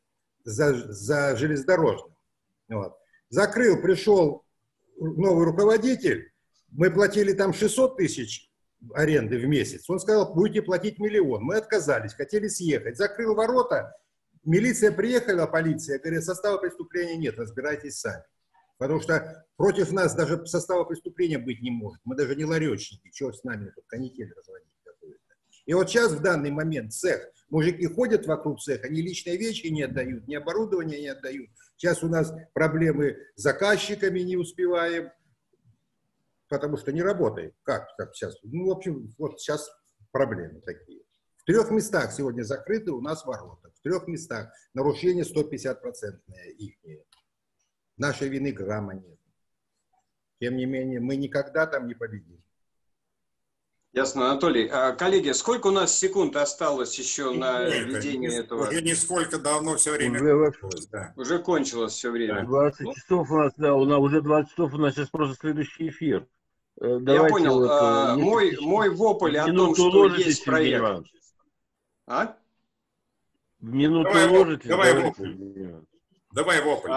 за железнодорожным. Вот. Закрыл, пришел новый руководитель, мы платили там 600 тысяч аренды в месяц. Он сказал, будете платить 1 миллион. Мы отказались, хотели съехать. Закрыл ворота. Милиция приехала, полиция, говорит, состава преступления нет, разбирайтесь сами. Потому что против нас даже состава преступления быть не может. Мы даже не ларечники, чего с нами тут канитель разводить какую-то. И вот сейчас в данный момент цех, мужики ходят вокруг цеха, ни личные вещи не отдают, ни оборудование не отдают. Сейчас у нас проблемы с заказчиками, не успеваем, потому что не работает. Как сейчас? Ну, в общем, вот сейчас проблемы такие. В 3 местах сегодня закрыты у нас ворота. В 3 местах нарушение 150% ихнее. Нашей вины грамма нет. Тем не менее, мы никогда там не победим. Ясно, Анатолий. Коллеги, сколько у нас секунд осталось еще на ведение этого? Уже нисколько, давно все время. Уже кончилось все время. 20 часов у нас, да, уже 20 часов у нас сейчас просто следующий эфир. Давайте я понял. Вот, мой вопль о том, что есть проект. В минуту ложитесь. Давай, Давай, Вопль.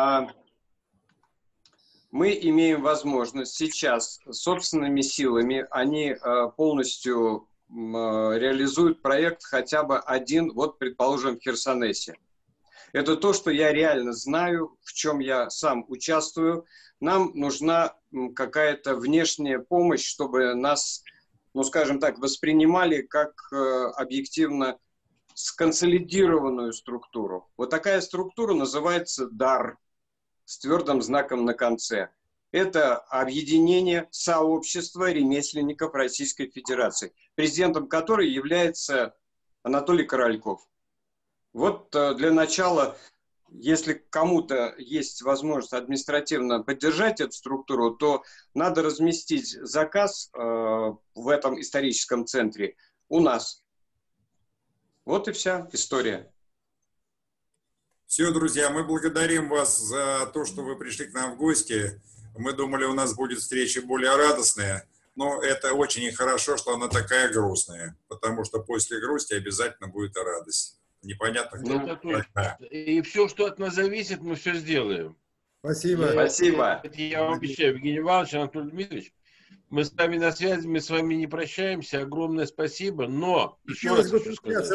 Мы имеем возможность сейчас собственными силами, они полностью реализуют проект хотя бы один, вот, предположим, в Херсонесе. Это то, что я реально знаю, в чем я сам участвую. Нам нужна какая-то внешняя помощь, чтобы нас, ну, скажем так, воспринимали как объективно сконсолидированную структуру. Вот такая структура называется ДАР с твердым знаком на конце. Это объединение сообщества ремесленников Российской Федерации, президентом которой является Анатолий Корольков. Вот для начала, если кому-то есть возможность административно поддержать эту структуру, то надо разместить заказ в этом историческом центре у нас. Вот и вся история. Все, друзья, мы благодарим вас за то, что вы пришли к нам в гости. Мы думали, у нас будет встреча более радостная, но это очень хорошо, что она такая грустная, потому что после грусти обязательно будет и радость. Непонятно, кто. И все, что от нас зависит, мы все сделаем. Спасибо. Спасибо. Я вам обещаю, Евгений Иванович, Анатолий Дмитриевич, мы с вами на связи, мы с вами не прощаемся. Огромное спасибо, но еще раз хочу сказать,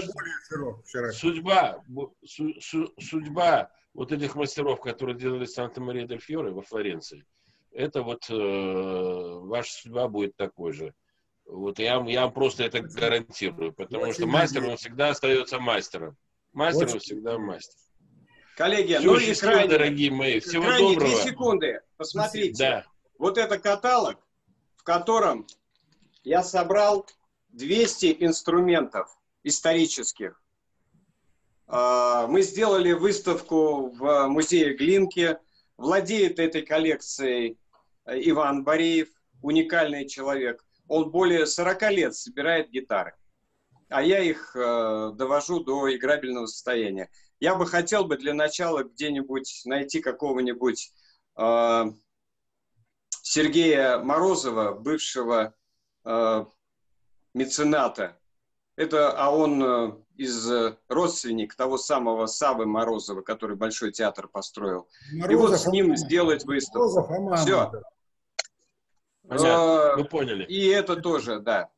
судьба вот этих мастеров, которые делали Санта-Мария-дель-Фьоре во Флоренции, это вот ваша судьба будет такой же. Вот я вам просто это гарантирую, потому что мастер, он всегда остается мастером. Мастер, он всегда мастер. Коллеги, все, ну и крайне, дорогие мои, всего крайне доброго. 2 секунды. Посмотрите. Да. Вот это каталог, в котором я собрал 200 инструментов исторических. Мы сделали выставку в музее Глинки. Владеет этой коллекцией Иван Бореев, уникальный человек. Он более 40 лет собирает гитары, а я их довожу до играбельного состояния. Я бы хотел для начала где-нибудь найти какого-нибудь Сергея Морозова, бывшего мецената. А он родственник того самого Савы Морозова, который Большой театр построил. Морозов, и вот с ним сделать выставку. Все. Понятно, вы поняли. И это тоже, да.